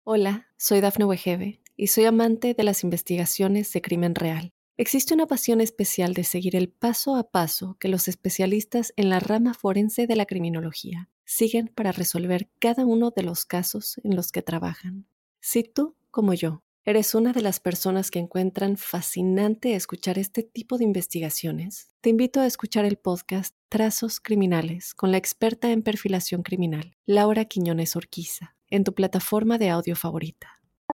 Hola, soy Dafne Wegebe y soy amante de las investigaciones de crimen real. Existe una pasión especial de seguir el paso a paso que los especialistas en la rama forense de la criminología siguen para resolver cada uno de los casos en los que trabajan. Si tú, como yo, eres una de las personas que encuentran fascinante escuchar este tipo de investigaciones, te invito a escuchar el podcast Trazos Criminales con la experta en perfilación criminal, Laura Quiñones Orquiza, en tu plataforma de audio favorita.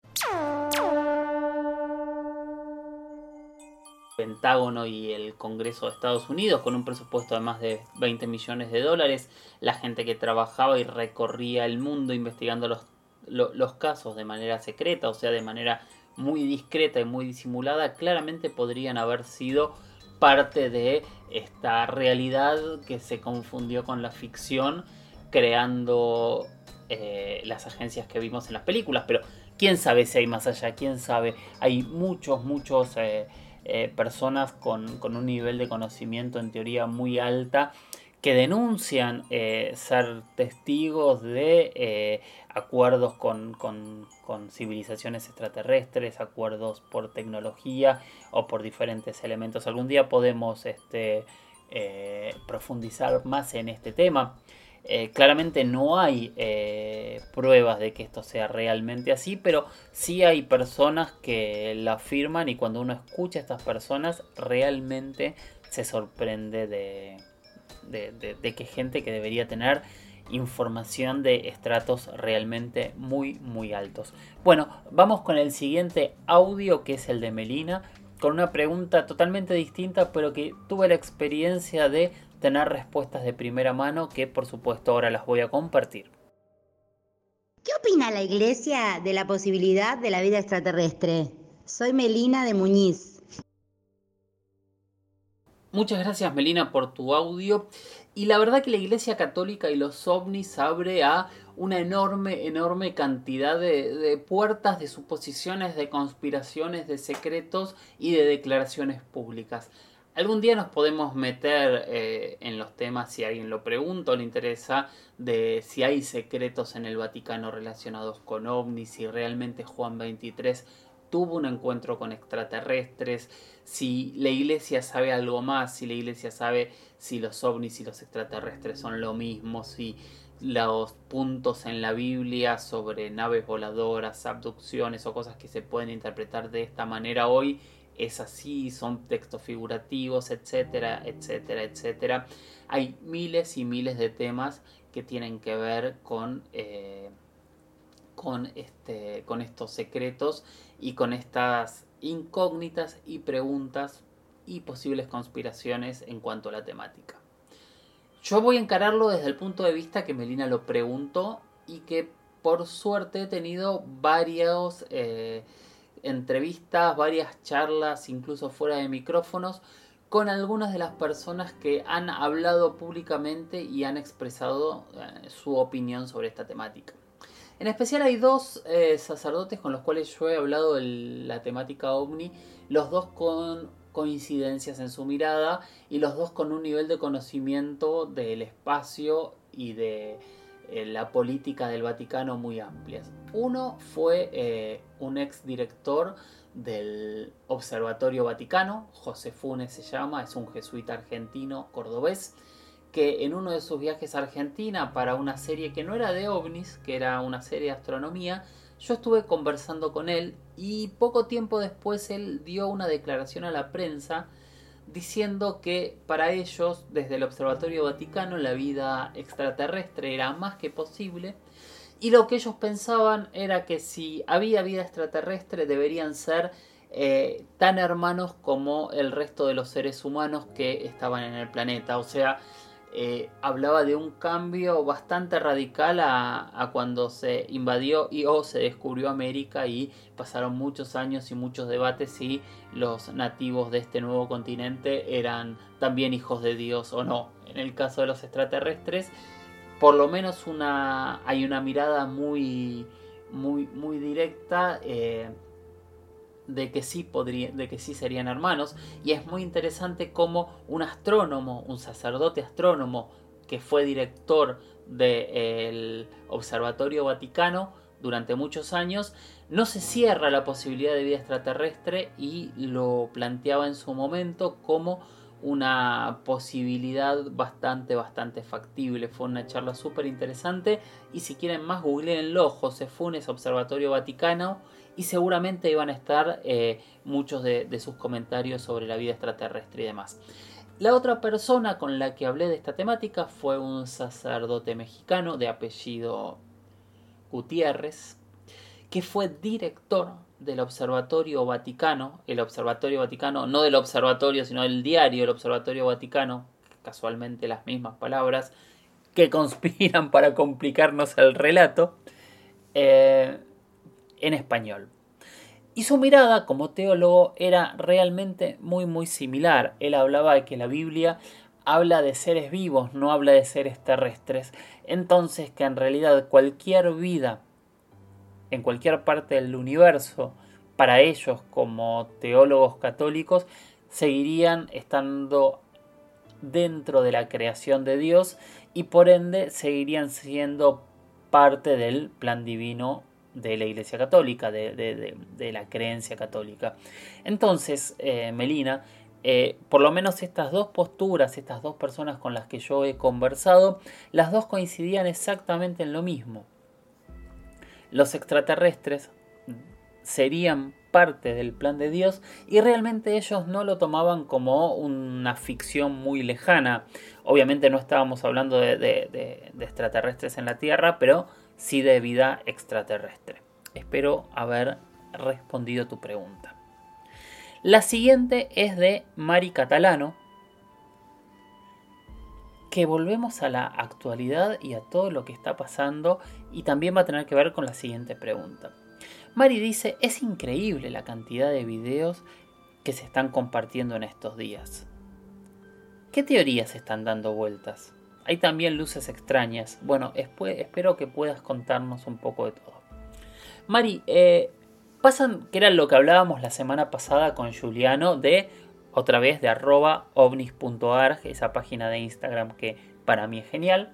Pentágono y el Congreso de Estados Unidos con un presupuesto de más de 20 millones de dólares, la gente que trabajaba y recorría el mundo investigando los casos de manera secreta, o sea, de manera muy discreta y muy disimulada, claramente podrían haber sido parte de esta realidad que se confundió con la ficción, creando las agencias que vimos en las películas. Pero quién sabe si hay más allá, quién sabe, hay muchos personas con un nivel de conocimiento en teoría muy alta que denuncian ser testigos de acuerdos con civilizaciones extraterrestres, acuerdos por tecnología o por diferentes elementos. Algún día podemos profundizar más en este tema. Claramente no hay pruebas de que esto sea realmente así, pero sí hay personas que la afirman, y cuando uno escucha a estas personas realmente se sorprende de que gente que debería tener información de estratos realmente muy altos. Bueno, vamos con el siguiente audio, que es el de Melina, con una pregunta totalmente distinta, pero que tuve la experiencia de tener respuestas de primera mano, que por supuesto ahora las voy a compartir. ¿Qué opina la Iglesia de la posibilidad de la vida extraterrestre? Soy Melina de Muñiz. Muchas gracias, Melina, por tu audio. Y la verdad que la Iglesia Católica y los ovnis abre a una enorme cantidad de puertas, de suposiciones, de conspiraciones, de secretos y de declaraciones públicas. Algún día nos podemos meter en los temas, si alguien lo pregunta o le interesa, de si hay secretos en el Vaticano relacionados con ovnis, si realmente Juan 23 tuvo un encuentro con extraterrestres, si la Iglesia sabe algo más, si la Iglesia sabe si los ovnis y los extraterrestres son lo mismo, si los puntos en la Biblia sobre naves voladoras, abducciones o cosas que se pueden interpretar de esta manera hoy es así, son textos figurativos, etcétera, etcétera, etcétera. Hay miles y miles de temas que tienen que ver con estos secretos y con estas incógnitas y preguntas y posibles conspiraciones en cuanto a la temática. Yo voy a encararlo desde el punto de vista que Melina lo preguntó, y que por suerte he tenido varias entrevistas, varias charlas, incluso fuera de micrófonos, con algunas de las personas que han hablado públicamente y han expresado su opinión sobre esta temática. En especial hay dos sacerdotes con los cuales yo he hablado de la temática ovni, los dos con coincidencias en su mirada y los dos con un nivel de conocimiento del espacio y de la política del Vaticano muy amplias. Uno fue un ex director del Observatorio Vaticano, José Funes se llama, es un jesuita argentino cordobés, que en uno de sus viajes a Argentina para una serie que no era de ovnis, que era una serie de astronomía, yo estuve conversando con él, y poco tiempo después él dio una declaración a la prensa diciendo que para ellos, desde el Observatorio Vaticano, la vida extraterrestre era más que posible, y lo que ellos pensaban era que si había vida extraterrestre deberían ser tan hermanos como el resto de los seres humanos que estaban en el planeta. O sea, hablaba de un cambio bastante radical a cuando se invadió o se descubrió América, y pasaron muchos años y muchos debates si los nativos de este nuevo continente eran también hijos de Dios o no. En el caso de los extraterrestres, por lo menos hay una mirada muy directa de que sí serían hermanos. Y es muy interesante cómo un astrónomo, un sacerdote astrónomo que fue director del Observatorio Vaticano, durante muchos años, no se cierra la posibilidad de vida extraterrestre y lo planteaba en su momento como una posibilidad bastante factible. Fue una charla súper interesante y si quieren más, googleenlo, José Funes, Observatorio Vaticano, y seguramente iban a estar muchos de sus comentarios sobre la vida extraterrestre y demás. La otra persona con la que hablé de esta temática fue un sacerdote mexicano de apellido Gutiérrez, que fue director del Observatorio Vaticano, el Observatorio Vaticano, no del observatorio, sino del diario El Observatorio Vaticano, casualmente las mismas palabras que conspiran para complicarnos el relato, en español. Y su mirada como teólogo era realmente muy similar. Él hablaba de que la Biblia habla de seres vivos, no habla de seres terrestres. Entonces que en realidad cualquier vida en cualquier parte del universo, para ellos como teólogos católicos, seguirían estando dentro de la creación de Dios y por ende seguirían siendo parte del plan divino de la Iglesia Católica, de la creencia católica. Entonces, Melina, por lo menos estas dos posturas, estas dos personas con las que yo he conversado, las dos coincidían exactamente en lo mismo. Los extraterrestres serían parte del plan de Dios y realmente ellos no lo tomaban como una ficción muy lejana. Obviamente no estábamos hablando de extraterrestres en la Tierra, pero sí de vida extraterrestre. Espero haber respondido tu pregunta. La siguiente es de Mari Catalano, que volvemos a la actualidad y a todo lo que está pasando y también va a tener que ver con la siguiente pregunta. Mari dice, es increíble la cantidad de videos que se están compartiendo en estos días. ¿Qué teorías están dando vueltas? Hay también luces extrañas. Bueno, espero que puedas contarnos un poco de todo. Mari, pasan, que era lo que hablábamos la semana pasada con Juliano de... otra vez de @ovnis.arg, esa página de Instagram que para mí es genial,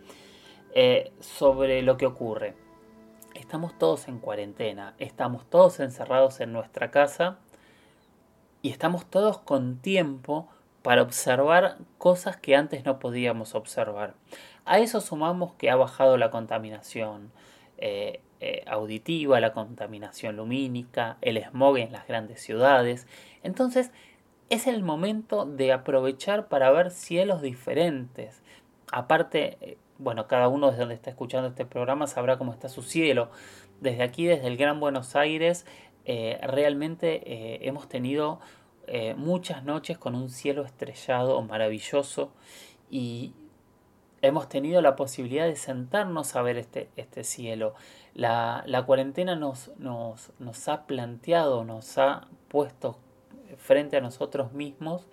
sobre lo que ocurre. Estamos todos en cuarentena, estamos todos encerrados en nuestra casa y estamos todos con tiempo para observar cosas que antes no podíamos observar. A eso sumamos que ha bajado la contaminación auditiva, la contaminación lumínica, el smog en las grandes ciudades. Entonces, es el momento de aprovechar para ver cielos diferentes. Aparte, bueno, cada uno desde donde está escuchando este programa sabrá cómo está su cielo. Desde aquí, desde el Gran Buenos Aires, realmente hemos tenido muchas noches con un cielo estrellado maravilloso y hemos tenido la posibilidad de sentarnos a ver este cielo. La cuarentena nos ha planteado, nos ha puesto frente a nosotros mismos,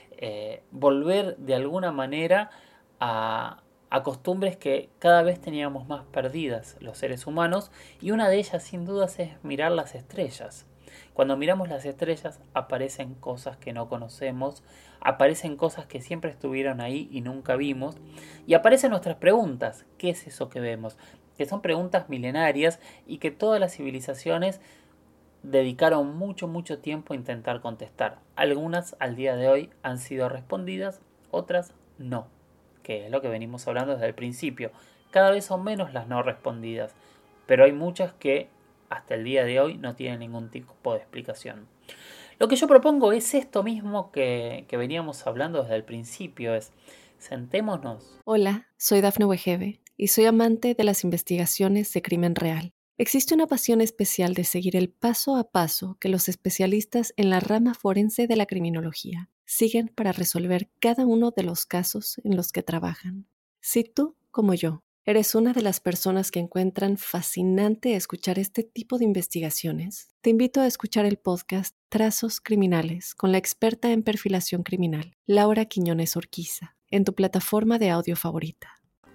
volver de alguna manera a costumbres que cada vez teníamos más perdidas los seres humanos, y una de ellas sin dudas es mirar las estrellas. Cuando miramos las estrellas aparecen cosas que no conocemos, aparecen cosas que siempre estuvieron ahí y nunca vimos, y aparecen nuestras preguntas. ¿Qué es eso que vemos? Que son preguntas milenarias y que todas las civilizaciones dedicaron mucho tiempo a intentar contestar. Algunas al día de hoy han sido respondidas, otras no, que es lo que venimos hablando desde el principio. Cada vez son menos las no respondidas, pero hay muchas que hasta el día de hoy no tienen ningún tipo de explicación. Lo que yo propongo es esto mismo que veníamos hablando desde el principio, es sentémonos. Hola, soy Dafne Wegebe y soy amante de las investigaciones de crimen real. Existe una pasión especial de seguir el paso a paso que los especialistas en la rama forense de la criminología siguen para resolver cada uno de los casos en los que trabajan. Si tú, como yo, eres una de las personas que encuentran fascinante escuchar este tipo de investigaciones, te invito a escuchar el podcast Trazos Criminales con la experta en perfilación criminal, Laura Quiñones Orquiza, en tu plataforma de audio favorita.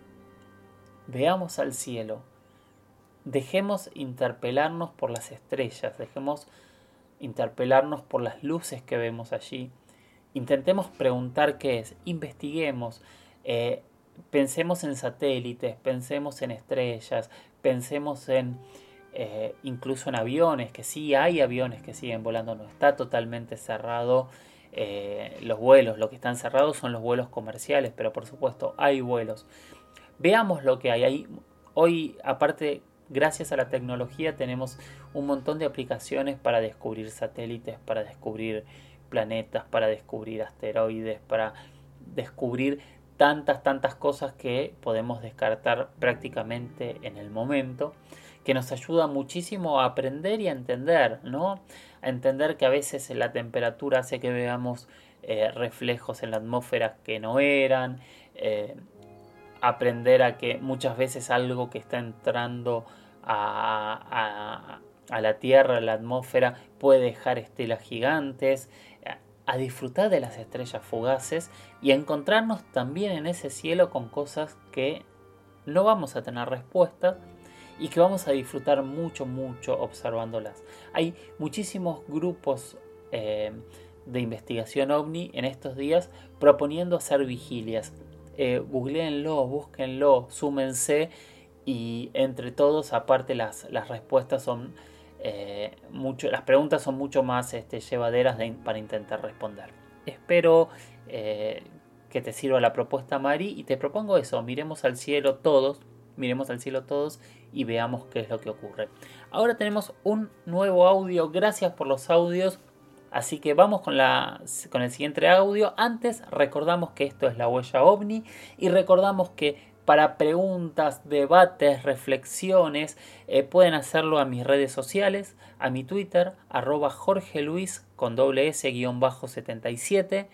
Veamos al cielo. Dejemos interpelarnos por las estrellas, dejemos interpelarnos por las luces que vemos allí. Intentemos preguntar qué es, investiguemos, pensemos en satélites, pensemos en estrellas, pensemos en incluso en aviones, que sí hay aviones que siguen volando, no está totalmente cerrado los vuelos. Lo que están cerrados son los vuelos comerciales, pero por supuesto hay vuelos. Veamos lo que hay. Hoy, aparte, gracias a la tecnología, tenemos un montón de aplicaciones para descubrir satélites, para descubrir planetas, para descubrir asteroides, para descubrir tantas cosas que podemos descartar prácticamente en el momento, que nos ayuda muchísimo a aprender y a entender, ¿no? A entender que a veces la temperatura hace que veamos reflejos en la atmósfera que no eran, aprender a que muchas veces algo que está entrando a la Tierra, a la atmósfera, puede dejar estelas gigantes, a disfrutar de las estrellas fugaces y a encontrarnos también en ese cielo con cosas que no vamos a tener respuestas y que vamos a disfrutar mucho observándolas. Hay muchísimos grupos de investigación ovni en estos días proponiendo hacer vigilias. Googleenlo, búsquenlo, súmense y entre todos, aparte las respuestas son las preguntas son mucho más llevaderas para intentar responder. Espero que te sirva la propuesta, Mari, y te propongo eso: miremos al cielo todos y veamos qué es lo que ocurre. Ahora tenemos un nuevo audio. Gracias por los audios. Así que vamos con el siguiente audio. Antes recordamos que esto es La Huella OVNI y recordamos que para preguntas, debates, reflexiones, pueden hacerlo a mis redes sociales, a mi Twitter, @jorgeluis_77,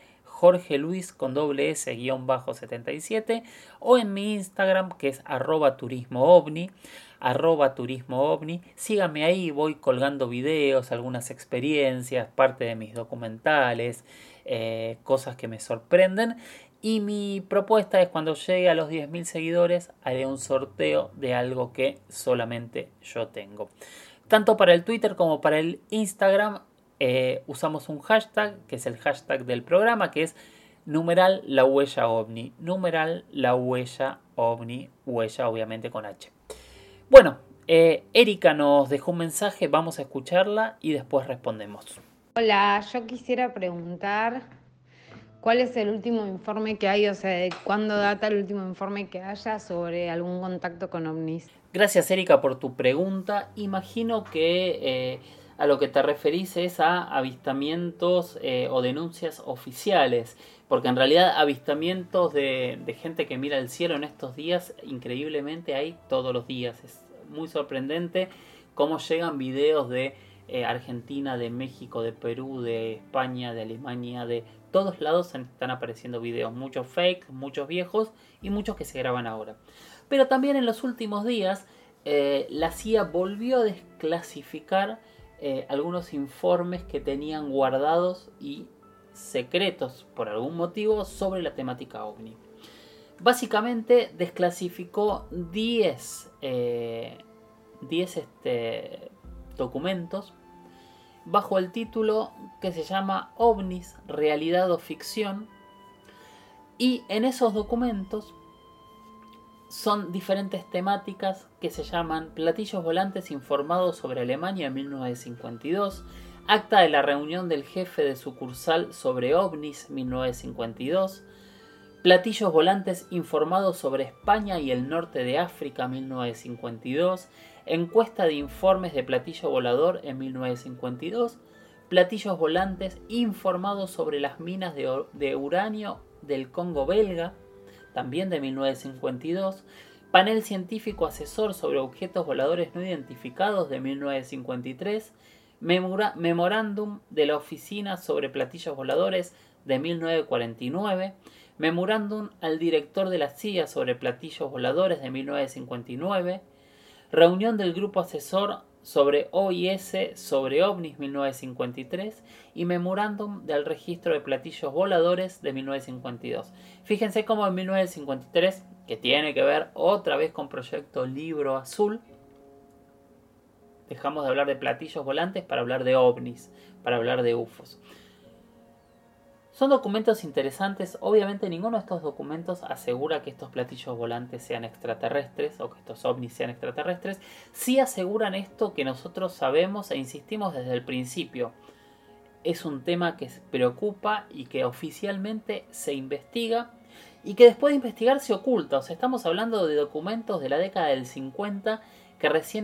jorgeluis_77, o en mi Instagram, que es @turismoovni. @turismoovni. Síganme ahí, voy colgando videos, algunas experiencias, parte de mis documentales, cosas que me sorprenden. Y mi propuesta es, cuando llegue a los 10.000 seguidores, haré un sorteo de algo que solamente yo tengo. Tanto para el Twitter como para el Instagram usamos un hashtag, que es el hashtag del programa, que es #LaHuellaOVNI. #LaHuellaOVNI, huella obviamente con H. Bueno, Erika nos dejó un mensaje, vamos a escucharla y después respondemos. Hola, yo quisiera preguntar cuál es el último informe que hay, o sea, de cuándo data el último informe que haya sobre algún contacto con ovnis. Gracias, Erika, por tu pregunta. Imagino que a lo que te referís es a avistamientos o denuncias oficiales, porque en realidad avistamientos de gente que mira el cielo en estos días, increíblemente hay todos los días. Es muy sorprendente cómo llegan videos de Argentina, de México, de Perú, de España, de Alemania, de todos lados están apareciendo videos, muchos fake, muchos viejos y muchos que se graban ahora. Pero también en los últimos días la CIA volvió a desclasificar algunos informes que tenían guardados y secretos por algún motivo sobre la temática OVNI. Básicamente desclasificó 10 documentos bajo el título que se llama OVNIs, realidad o ficción, y en esos documentos son diferentes temáticas que se llaman platillos volantes informados sobre Alemania en 1952, acta de la reunión del jefe de sucursal sobre ovnis 1952, platillos volantes informados sobre España y el norte de África 1952, encuesta de informes de platillo volador en 1952, platillos volantes informados sobre las minas de uranio del Congo belga, también de 1952, panel científico asesor sobre objetos voladores no identificados de 1953, memorándum de la oficina sobre platillos voladores de 1949, memorándum al director de la CIA sobre platillos voladores de 1959, reunión del grupo asesor sobre OIS sobre ovnis 1953 y memorándum del registro de platillos voladores de 1952. Fíjense cómo en 1953, que tiene que ver otra vez con Proyecto Libro Azul, dejamos de hablar de platillos volantes para hablar de ovnis, para hablar de UFOs. Son documentos interesantes. Obviamente ninguno de estos documentos asegura que estos platillos volantes sean extraterrestres o que estos ovnis sean extraterrestres. Sí aseguran esto que nosotros sabemos e insistimos desde el principio. Es un tema que se preocupa y que oficialmente se investiga y que después de investigar se oculta. O sea, estamos hablando de documentos de la década del 50 que recién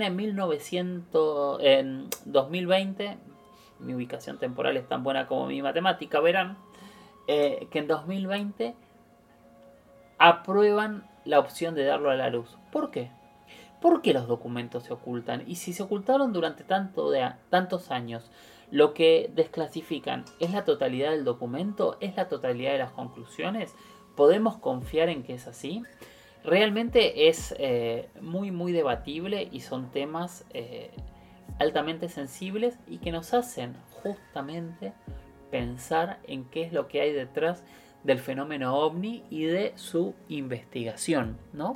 en 2020, mi ubicación temporal es tan buena como mi matemática, verán, que en 2020 aprueban la opción de darlo a la luz. ¿Por qué? ¿Por qué los documentos se ocultan? Y si se ocultaron durante tantos años, ¿lo que desclasifican es la totalidad del documento? ¿Es la totalidad de las conclusiones? ¿Podemos confiar en que es así? Realmente es muy debatible y son temas altamente sensibles y que nos hacen justamente pensar en qué es lo que hay detrás del fenómeno ovni y de su investigación, ¿no?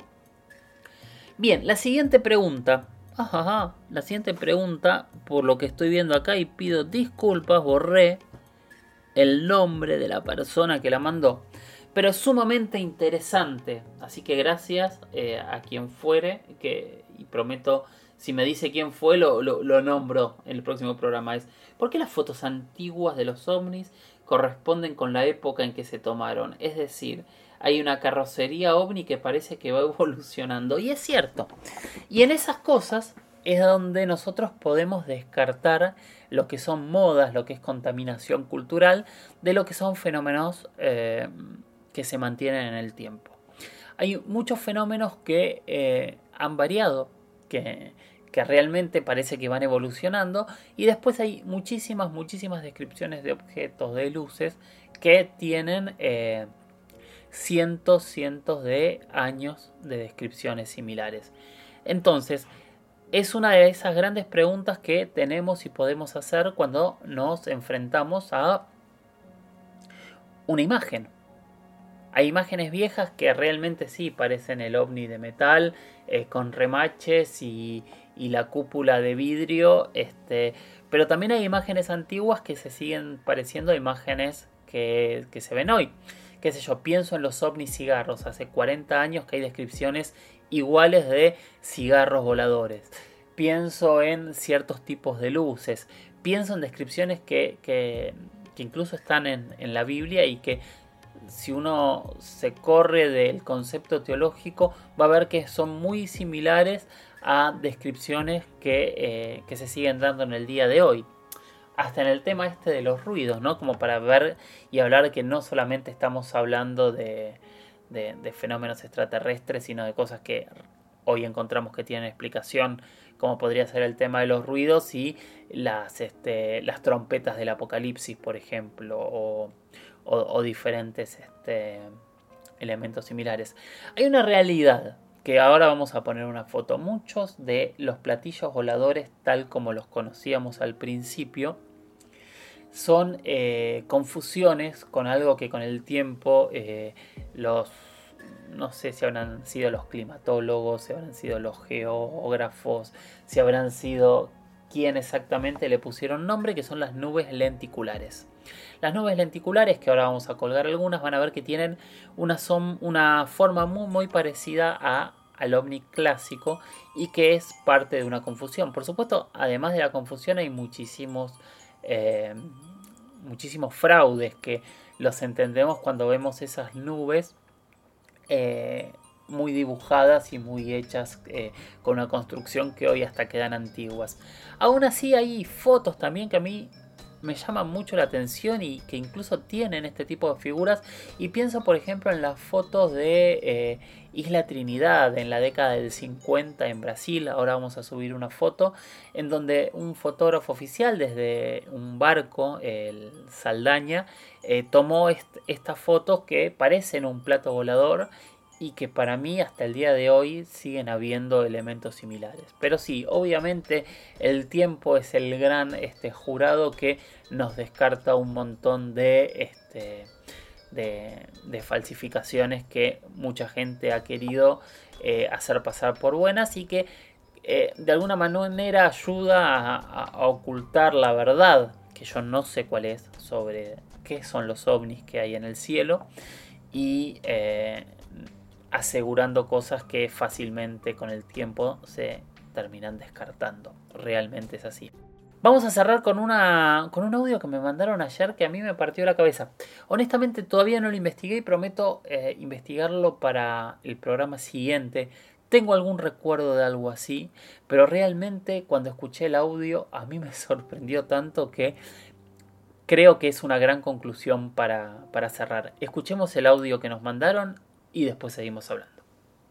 Bien, la siguiente pregunta. La siguiente pregunta, por lo que estoy viendo acá y pido disculpas, borré el nombre de la persona que la mandó. Pero es sumamente interesante. Así que gracias a quien fuere. Y prometo, si me dice quién fue, lo nombro en el próximo programa. Es ¿por qué las fotos antiguas de los ovnis corresponden con la época en que se tomaron? Es decir, hay una carrocería ovni que parece que va evolucionando. Y es cierto. Y en esas cosas es donde nosotros podemos descartar lo que son modas, lo que es contaminación cultural, de lo que son fenómenos que se mantienen en el tiempo. Hay muchos fenómenos que han variado, que realmente parece que van evolucionando, y después hay muchísimas descripciones de objetos, de luces, que tienen cientos de años de descripciones similares. Entonces, es una de esas grandes preguntas que tenemos y podemos hacer cuando nos enfrentamos a una imagen. Hay imágenes viejas que realmente sí parecen el ovni de metal, con remaches y la cúpula de vidrio, pero también hay imágenes antiguas que se siguen pareciendo a imágenes que se ven hoy. Qué sé yo, pienso en los ovnis cigarros. Hace 40 años que hay descripciones iguales de cigarros voladores. Pienso en ciertos tipos de luces. Pienso en descripciones que incluso están en la Biblia y que si uno se corre del concepto teológico va a ver que son muy similares a descripciones que se siguen dando en el día de hoy. Hasta en el tema de los ruidos, ¿no? Como para ver y hablar que no solamente estamos hablando de fenómenos extraterrestres, sino de cosas que hoy encontramos que tienen explicación, como podría ser el tema de los ruidos y las trompetas del apocalipsis, por ejemplo, o diferentes elementos similares. Hay una realidad que ahora vamos a poner una foto. Muchos de los platillos voladores, tal como los conocíamos al principio, son confusiones con algo que con el tiempo no sé si habrán sido los climatólogos, si habrán sido los geógrafos, si habrán sido quién exactamente le pusieron nombre, que son las nubes lenticulares. Las nubes lenticulares, que ahora vamos a colgar algunas, van a ver que tienen una forma muy parecida al ovni clásico y que es parte de una confusión. Por supuesto, además de la confusión hay muchísimos fraudes que los entendemos cuando vemos esas nubes muy dibujadas y muy hechas con una construcción que hoy hasta quedan antiguas. Aún así hay fotos también que a mí me llaman mucho la atención y que incluso tienen este tipo de figuras, y pienso por ejemplo en las fotos de Isla Trinidad en la década del 50 en Brasil. Ahora vamos a subir una foto en donde un fotógrafo oficial desde un barco, el Saldaña, tomó estas fotos que parecen un plato volador y que para mí hasta el día de hoy siguen habiendo elementos similares. Pero sí, obviamente el tiempo es el gran jurado que nos descarta un montón de falsificaciones que mucha gente ha querido hacer pasar por buenas y que de alguna manera ayuda a ocultar la verdad, que yo no sé cuál es, sobre qué son los ovnis que hay en el cielo y asegurando cosas que fácilmente con el tiempo se terminan descartando. Realmente es así. Vamos a cerrar con un audio que me mandaron ayer que a mí me partió la cabeza. Honestamente todavía no lo investigué y prometo investigarlo para el programa siguiente. Tengo algún recuerdo de algo así, pero realmente cuando escuché el audio a mí me sorprendió tanto que creo que es una gran conclusión para cerrar. Escuchemos el audio que nos mandaron y después seguimos hablando.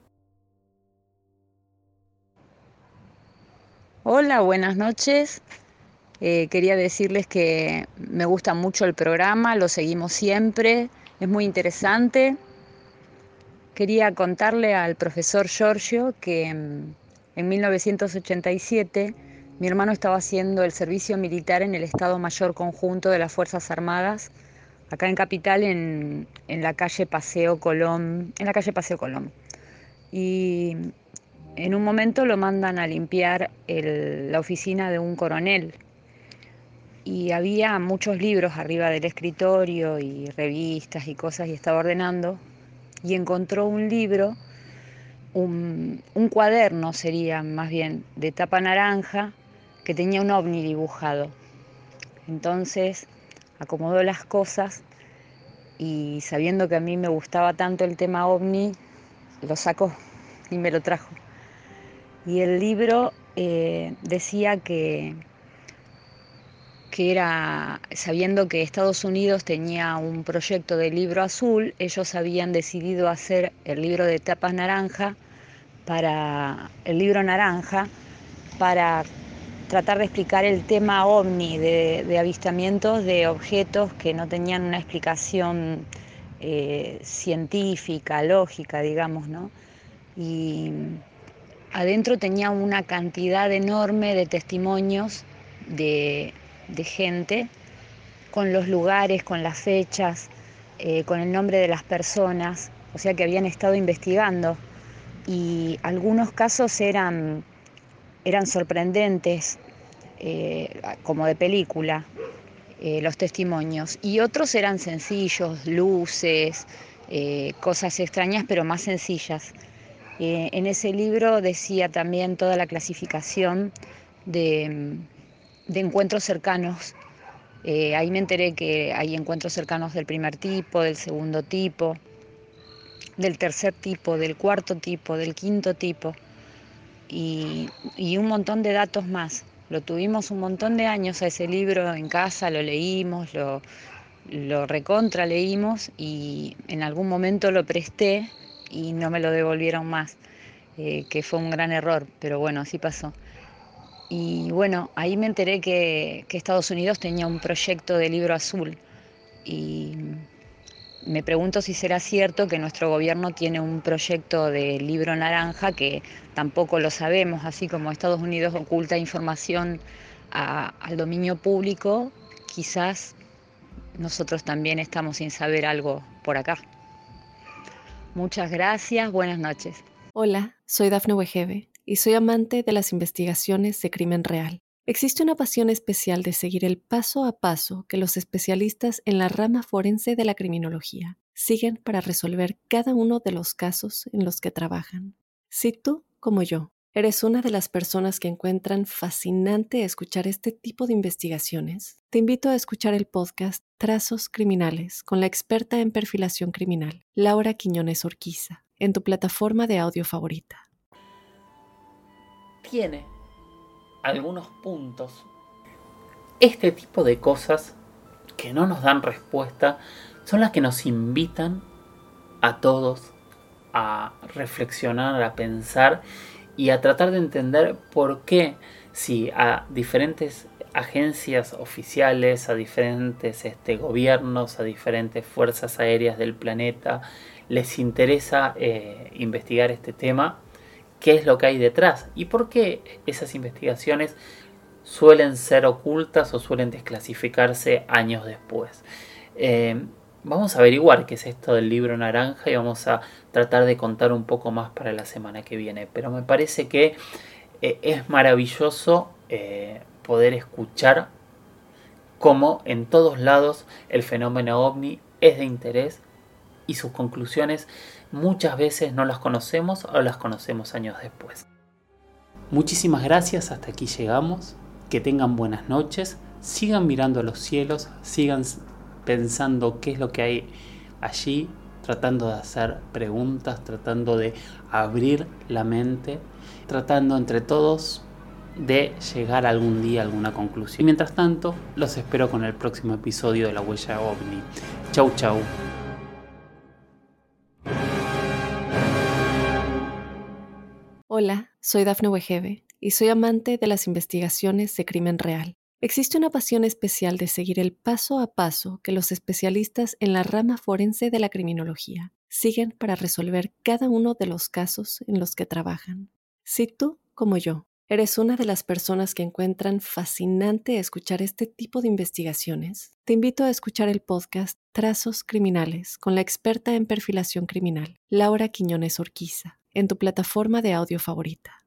Hola, buenas noches. Quería decirles que me gusta mucho el programa, lo seguimos siempre, es muy interesante. Quería contarle al profesor Giorgio que en 1987 mi hermano estaba haciendo el servicio militar en el Estado Mayor Conjunto de las Fuerzas Armadas, acá en Capital, en la calle Paseo Colón, Y en un momento lo mandan a limpiar la oficina de un coronel. Y había muchos libros arriba del escritorio y revistas y cosas, y estaba ordenando y encontró un libro, un cuaderno sería más bien, de tapa naranja, que tenía un ovni dibujado. Entonces acomodó las cosas y, sabiendo que a mí me gustaba tanto el tema ovni, lo sacó y me lo trajo. Y el libro decía que era, sabiendo que Estados Unidos tenía un proyecto de libro azul, ellos habían decidido hacer el libro de tapas naranja, el libro naranja, para tratar de explicar el tema ovni, de avistamientos de objetos que no tenían una explicación científica, lógica, digamos, ¿no? Y adentro tenía una cantidad enorme de testimonios de gente, con los lugares, con las fechas, con el nombre de las personas, o sea que habían estado investigando. Y algunos casos eran sorprendentes, como de película, los testimonios, y otros eran sencillos, luces, cosas extrañas pero más sencillas. En ese libro decía también toda la clasificación de encuentros cercanos. Ahí me enteré que hay encuentros cercanos del primer tipo, del segundo tipo, del tercer tipo, del cuarto tipo, del quinto tipo, y un montón de datos más. Lo tuvimos un montón de años a ese libro en casa, lo leímos, lo recontra leímos, y en algún momento lo presté y no me lo devolvieron más, que fue un gran error, pero bueno, así pasó. Y bueno, ahí me enteré que Estados Unidos tenía un proyecto de libro azul, y me pregunto si será cierto que nuestro gobierno tiene un proyecto de libro naranja, que tampoco lo sabemos, así como Estados Unidos oculta información al dominio público, quizás nosotros también estamos sin saber algo por acá. Muchas gracias, buenas noches. Hola, soy Dafne Wegebe y soy amante de las investigaciones de crimen real. Existe una pasión especial de seguir el paso a paso que los especialistas en la rama forense de la criminología siguen para resolver cada uno de los casos en los que trabajan. Si tú, como yo, eres una de las personas que encuentran fascinante escuchar este tipo de investigaciones, te invito a escuchar el podcast Trazos Criminales con la experta en perfilación criminal, Laura Quiñones Orquiza, en tu plataforma de audio favorita. Tiene algunos puntos. Este tipo de cosas que no nos dan respuesta son las que nos invitan a todos a reflexionar, a pensar y a tratar de entender por qué, si a diferentes agencias oficiales, a diferentes gobiernos, a diferentes fuerzas aéreas del planeta les interesa investigar este tema, qué es lo que hay detrás y por qué esas investigaciones suelen ser ocultas o suelen desclasificarse años después. Vamos a averiguar qué es esto del libro naranja y vamos a tratar de contar un poco más para la semana que viene. Pero me parece que es maravilloso poder escuchar como en todos lados el fenómeno ovni es de interés y sus conclusiones muchas veces no las conocemos o las conocemos años después. Muchísimas gracias, hasta aquí llegamos. Que tengan buenas noches, sigan mirando a los cielos, sigan pensando qué es lo que hay allí, tratando de hacer preguntas, tratando de abrir la mente, tratando entre todos de llegar algún día a alguna conclusión. Y mientras tanto, los espero con el próximo episodio de La Huella OVNI. Chau, chau. Hola, soy Dafne Wegebe y soy amante de las investigaciones de crimen real. Existe una pasión especial de seguir el paso a paso que los especialistas en la rama forense de la criminología siguen para resolver cada uno de los casos en los que trabajan. Si tú, como yo, eres una de las personas que encuentran fascinante escuchar este tipo de investigaciones, te invito a escuchar el podcast Trazos Criminales con la experta en perfilación criminal, Laura Quiñones Orquiza, en tu plataforma de audio favorita.